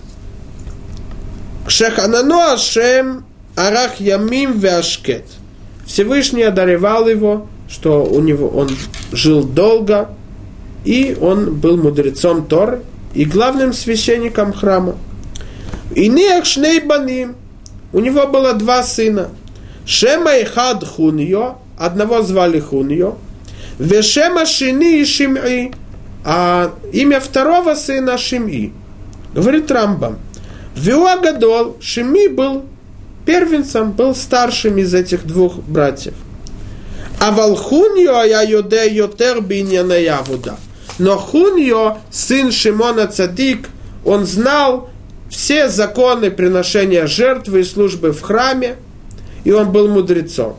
[SPEAKER 1] Кшеханану Ашем арах ямим веашкет. Всевышний одаревал его, что он жил долго, и он был мудрецом Торы и главным священником храма. И нех шней баним. У него было 2 сына. Шема и Хад Хуньо, одного звали Хуньо, Вешема Шини и Шим'i, а имя второго сына Шим'i. Говорит Рамбам. Виуа Гадол, Шим'i был первенцем, был старшим из этих 2 братьев. А Валхуньо я йоде йотер биньяна явуда. Но Хуньо, сын Шимона Цадик, он знал все законы приношения жертвы и службы в храме, и он был мудрецом.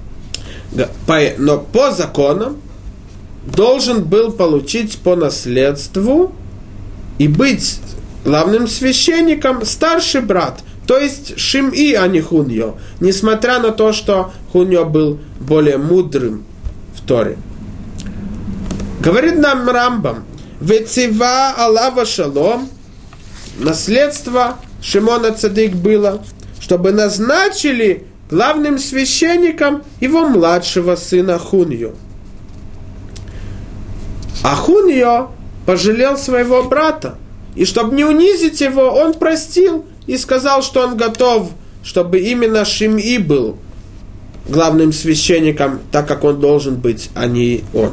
[SPEAKER 1] Но по законам должен был получить по наследству и быть главным священником старший брат, то есть Шим'i, а не Хуньо, несмотря на то, что Хуньо был более мудрым в Торе. Говорит нам Рамбам, «Вецива Аллава Шалом», наследство Шимона Цадик было, чтобы назначили главным священником его младшего сына Хуньо. А Хуньо пожалел своего брата, и чтобы не унизить его, он простил и сказал, что он готов, чтобы именно Шим'i был главным священником, так как он должен быть, а не он.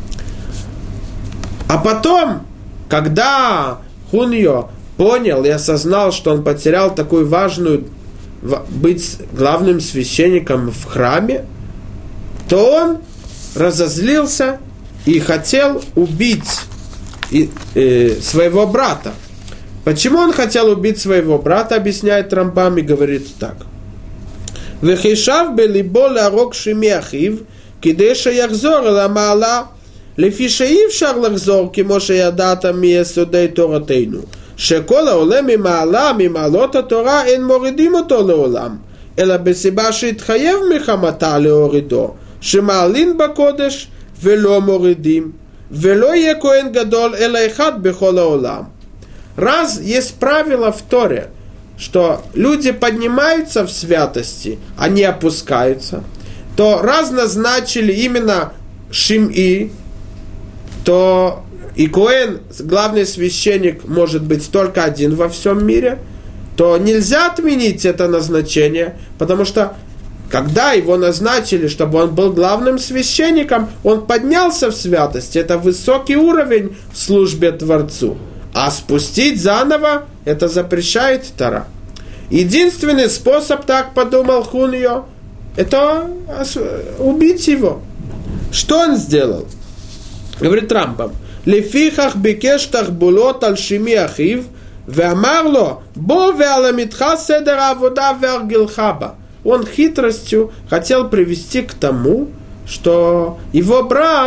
[SPEAKER 1] А потом, когда Хуньо понял и осознал, что он потерял такую важную быть главным священником в храме, то он разозлился и хотел убить своего брата. Почему он хотел убить своего брата, объясняет Рамбам и говорит так. «Вехишав белибо ларок шими ахив, кидей шеяхзор эла маала, лефи шеившар лахзор, кимо шеядата миесодей торатейну. שכל העולה ממעלה ממעלות התורה אין מורידים אותו לעולם, אלא בסיבה שהתחייב מחמתה להורידו, שמעלין בקודש ולא מורידים, ולא יהיה כהן גדול אלא אחד בכל העולם. Раз есть правило в Торе, что люди поднимаются в святости, а не опускаются, то раз назначили именно Шим'i, то и Коэн, главный священник, может быть только один во всем мире, то нельзя отменить это назначение, потому что когда его назначили, чтобы он был главным священником, он поднялся в святости. Это высокий уровень в службе Творцу. А спустить заново, это запрещает Тора. Единственный способ, так подумал Хуньо, это убить его. Что он сделал? Говорит Рамбам. לפיכך ביקש תחבולות על שימי אחיו ואמר לו בוא ועלמתך סדר העבודה והרגלך בה. Он хитростью хотел привести к тому, что его брат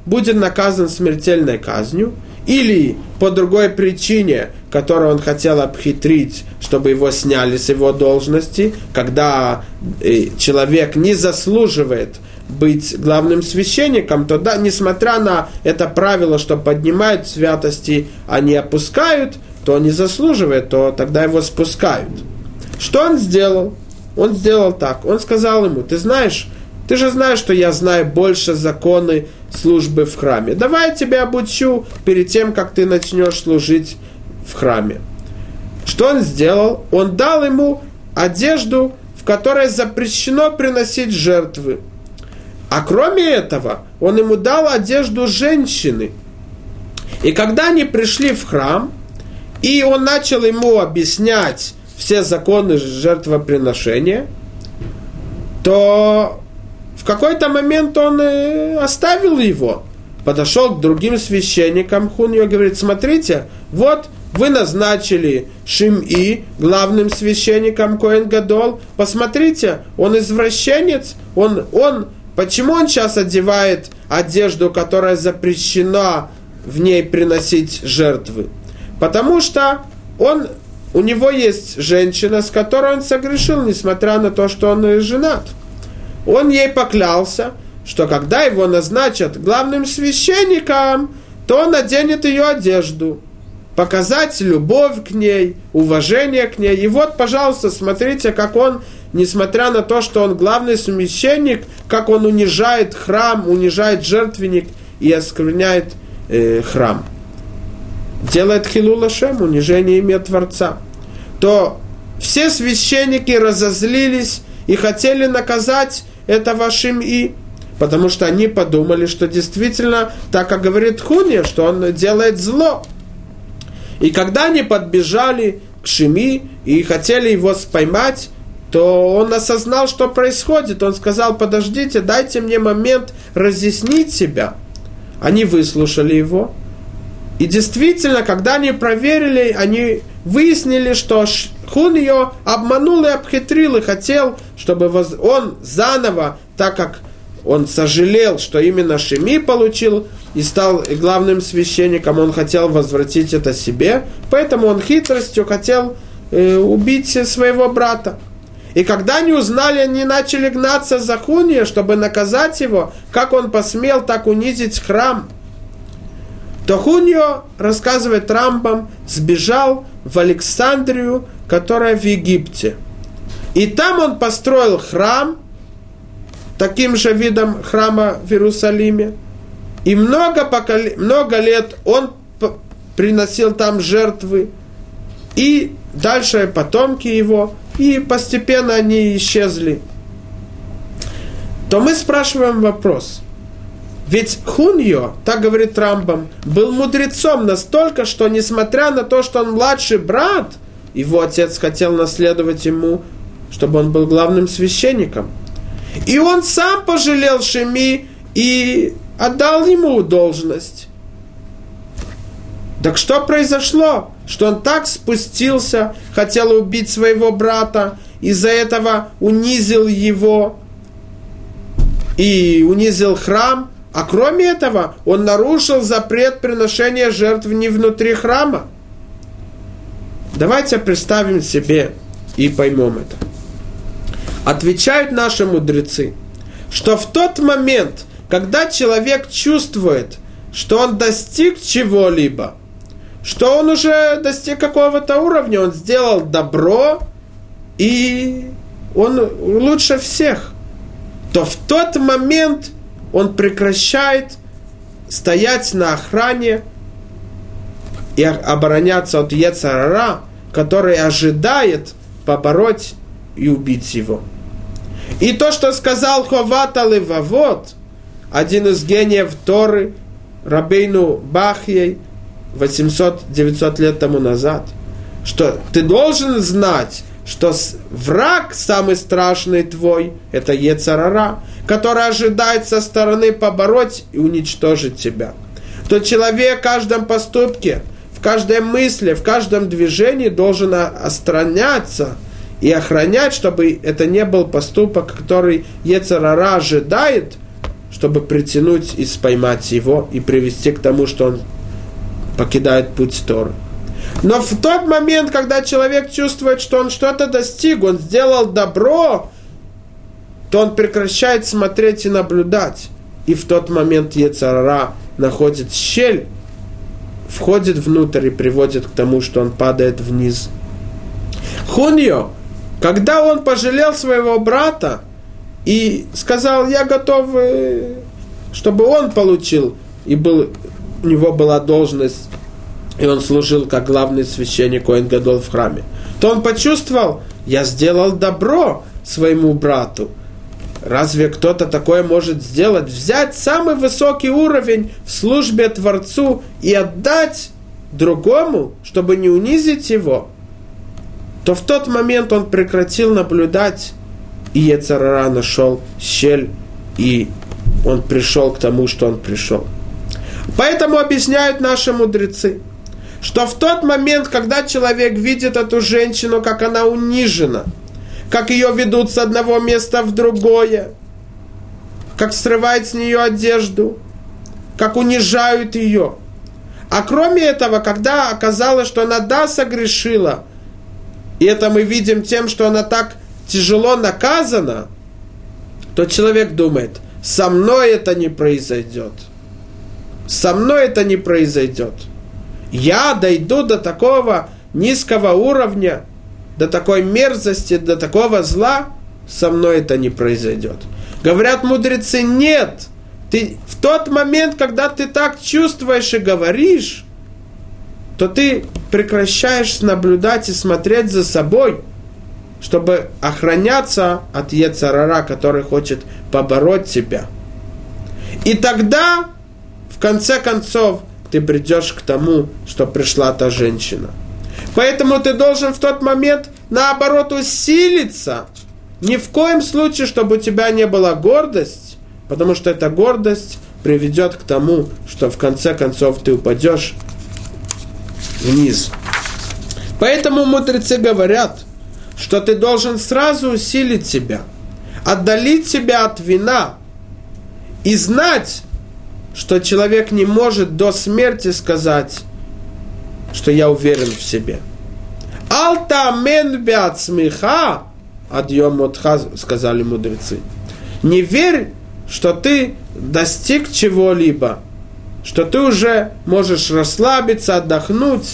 [SPEAKER 1] будет наказан смертельной казнью, или по другой причине, которую он хотел обхитрить, чтобы его сняли с его должности, когда человек не заслуживает быть главным священником, то да, несмотря на это правило, что поднимают святости, а не опускают, то он не заслуживает, то тогда его спускают. Что он сделал? Он сделал так. Он сказал ему: ты же знаешь, что я знаю больше законы службы в храме. Давай я тебя обучу перед тем, как ты начнешь служить в храме. Что он сделал? Он дал ему одежду, в которой запрещено приносить жертвы. А кроме этого, он ему дал одежду женщины. И когда они пришли в храм, и он начал ему объяснять все законы жертвоприношения, то в какой-то момент он оставил его. Подошел к другим священникам Хуньо и говорит: смотрите, вот вы назначили Шим'и главным священником Коэн Гадол. Посмотрите, он извращенец, почему он сейчас одевает одежду, которая запрещена в ней приносить жертвы? Потому что у него есть женщина, с которой он согрешил, несмотря на то, что он женат. Он ей поклялся, что когда его назначат главным священником, то он наденет ее одежду, показать любовь к ней, уважение к ней. И вот, пожалуйста, смотрите, как он, несмотря на то, что он главный священник, как он унижает храм, унижает жертвенник и оскверняет храм. Делает хилул Ашем, унижение имя Творца. То все священники разозлились и хотели наказать этого Шим'и, потому что они подумали, что действительно, так как говорит Хунья, что он делает зло. И когда они подбежали к Шим'и и хотели его поймать, то он осознал, что происходит. Он сказал: подождите, дайте мне момент разъяснить себя. Они выслушали его. И действительно, когда они проверили, они выяснили, что Хуньо обманул и обхитрил, и хотел, чтобы он заново, так как он сожалел, что именно Шим'и получил и стал главным священником, он хотел возвратить это себе, поэтому он хитростью хотел убить своего брата. И когда они узнали, они начали гнаться за Хуньо, чтобы наказать его, как он посмел так унизить храм. То Хуньо, рассказывает Рамбам, сбежал в Александрию, которая в Египте. И там он построил храм, таким же видом храма в Иерусалиме. И много лет он приносил там жертвы. И дальше потомки его, и постепенно они исчезли. То мы спрашиваем вопрос. Ведь Хуньо, так говорит Рамбам, был мудрецом настолько, что несмотря на то, что он младший брат, его отец хотел наследовать ему, чтобы он был главным священником. И он сам пожалел Шим'и и отдал ему должность. Так что произошло? Что он так спустился, хотел убить своего брата, из-за этого унизил его и унизил храм. А кроме этого, он нарушил запрет приношения жертв не внутри храма. Давайте представим себе и поймем это. Отвечают наши мудрецы, что в тот момент, когда человек чувствует, что он достиг чего-либо, что он уже достиг какого-то уровня, он сделал добро, и он лучше всех, то в тот момент он прекращает стоять на охране и обороняться от Йецер ара, который ожидает побороть и убить его. И то, что сказал Ховат Алевавот, один из гениев Торы, Рабейну Бахьей, 800-900 лет тому назад, что ты должен знать, что враг самый страшный твой, это Йецер ара, который ожидает со стороны побороть и уничтожить тебя. То человек в каждом поступке, в каждой мысли, в каждом движении должен отстраняться и охранять, чтобы это не был поступок, который Йецер ара ожидает чтобы притянуть и споймать его, и привести к тому, что он покидает путь Торы. Но в тот момент, когда человек чувствует, что он что-то достиг, он сделал добро, то он прекращает смотреть и наблюдать. И в тот момент йецер ара находит щель, входит внутрь и приводит к тому, что он падает вниз. Хуньо, когда он пожалел своего брата и сказал, я готов, чтобы он получил, и у него была должность, и он служил как главный священник Коэн Гадол в храме, то он почувствовал, я сделал добро своему брату. Разве кто-то такое может сделать? Взять самый высокий уровень в службе Творцу и отдать другому, чтобы не унизить его? То в тот момент он прекратил наблюдать, и йецер ара нашел щель, и он пришел к тому, что он пришел. Поэтому объясняют наши мудрецы, что в тот момент, когда человек видит эту женщину, как она унижена, как ее ведут с одного места в другое, как срывают с нее одежду, как унижают ее. А кроме этого, когда оказалось, что она согрешила, и это мы видим тем, что она так тяжело наказана, то человек думает, со мной это не произойдет. Со мной это не произойдет. Я дойду до такого низкого уровня, до такой мерзости, до такого зла, со мной это не произойдет. Говорят мудрецы, нет. Ты в тот момент, когда ты так чувствуешь и говоришь, то ты прекращаешь наблюдать и смотреть за собой, чтобы охраняться от йецер ара, который хочет побороть тебя. И тогда, в конце концов, ты придешь к тому, что пришла та женщина. Поэтому ты должен в тот момент, наоборот, усилиться. Ни в коем случае, чтобы у тебя не была гордость, потому что эта гордость приведет к тому, что в конце концов ты упадешь вниз. Поэтому мудрецы говорят, что ты должен сразу усилить себя, отдалить себя от вина и знать, что человек не может до смерти сказать, что я уверен в себе. Алтамен беацмиха, адьем мотха, сказали мудрецы. Не верь, что ты достиг чего-либо, что ты уже можешь расслабиться, отдохнуть.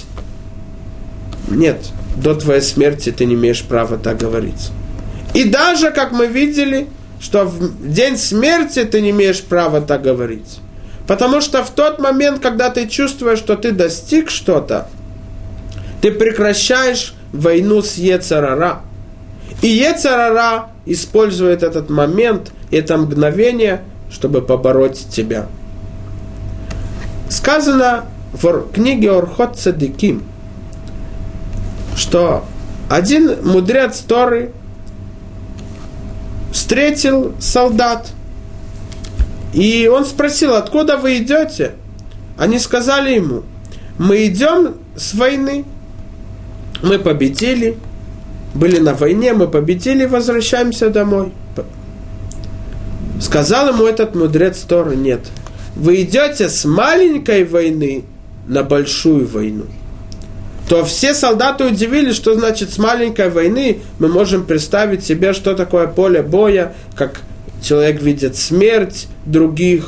[SPEAKER 1] Нет, до твоей смерти ты не имеешь права так говорить. И даже, как мы видели, что в день смерти ты не имеешь права так говорить. Потому что в тот момент, когда ты чувствуешь, что ты достиг что-то, ты прекращаешь войну с йецер ара. И йецер ара использует этот момент, это мгновение, чтобы побороть тебя. Сказано в книге Орхот Цадиким, что один мудрец Торы встретил солдат. И он спросил, откуда вы идете? Они сказали ему, мы идем с войны. Мы победили, были на войне, мы победили, возвращаемся домой. Сказал ему этот мудрец Торы, нет. Вы идете с маленькой войны на большую войну. То все солдаты удивились, что значит с маленькой войны мы можем представить себе, что такое поле боя, как человек видит смерть других.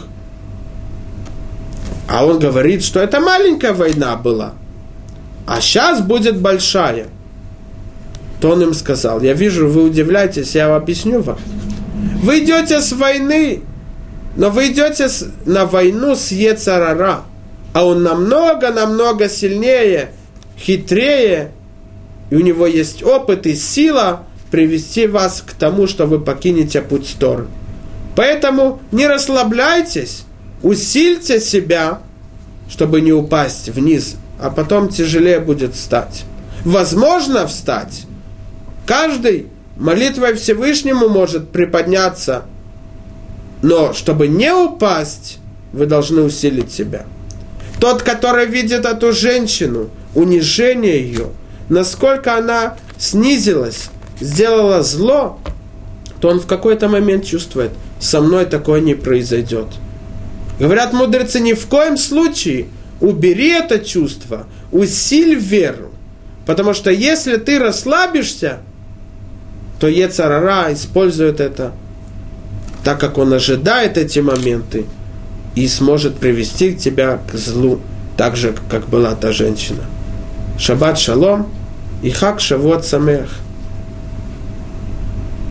[SPEAKER 1] А он говорит, что это маленькая война была, а сейчас будет большая. То он им сказал, я вижу, вы удивляетесь, я вам объясню вам. Вы идете с войны, но вы идете на войну с йецер ара, а он намного сильнее, хитрее, и у него есть опыт и сила привести вас к тому, что вы покинете путь Торы. Поэтому не расслабляйтесь, усильте себя, чтобы не упасть вниз, а потом тяжелее будет встать. Возможно встать. Каждый молитвой Всевышнему может приподняться, но чтобы не упасть, вы должны усилить себя. Тот, который видит эту женщину, унижение ее, насколько она снизилась, сделала зло, то он в какой-то момент чувствует, со мной такое не произойдет. Говорят мудрецы, ни в коем случае убери это чувство, усиль веру. Потому что если ты расслабишься, то Йецер ара использует это, так как он ожидает эти моменты и сможет привести тебя к злу, так же, как была та женщина. Шаббат шалом и хаг шавуот самех.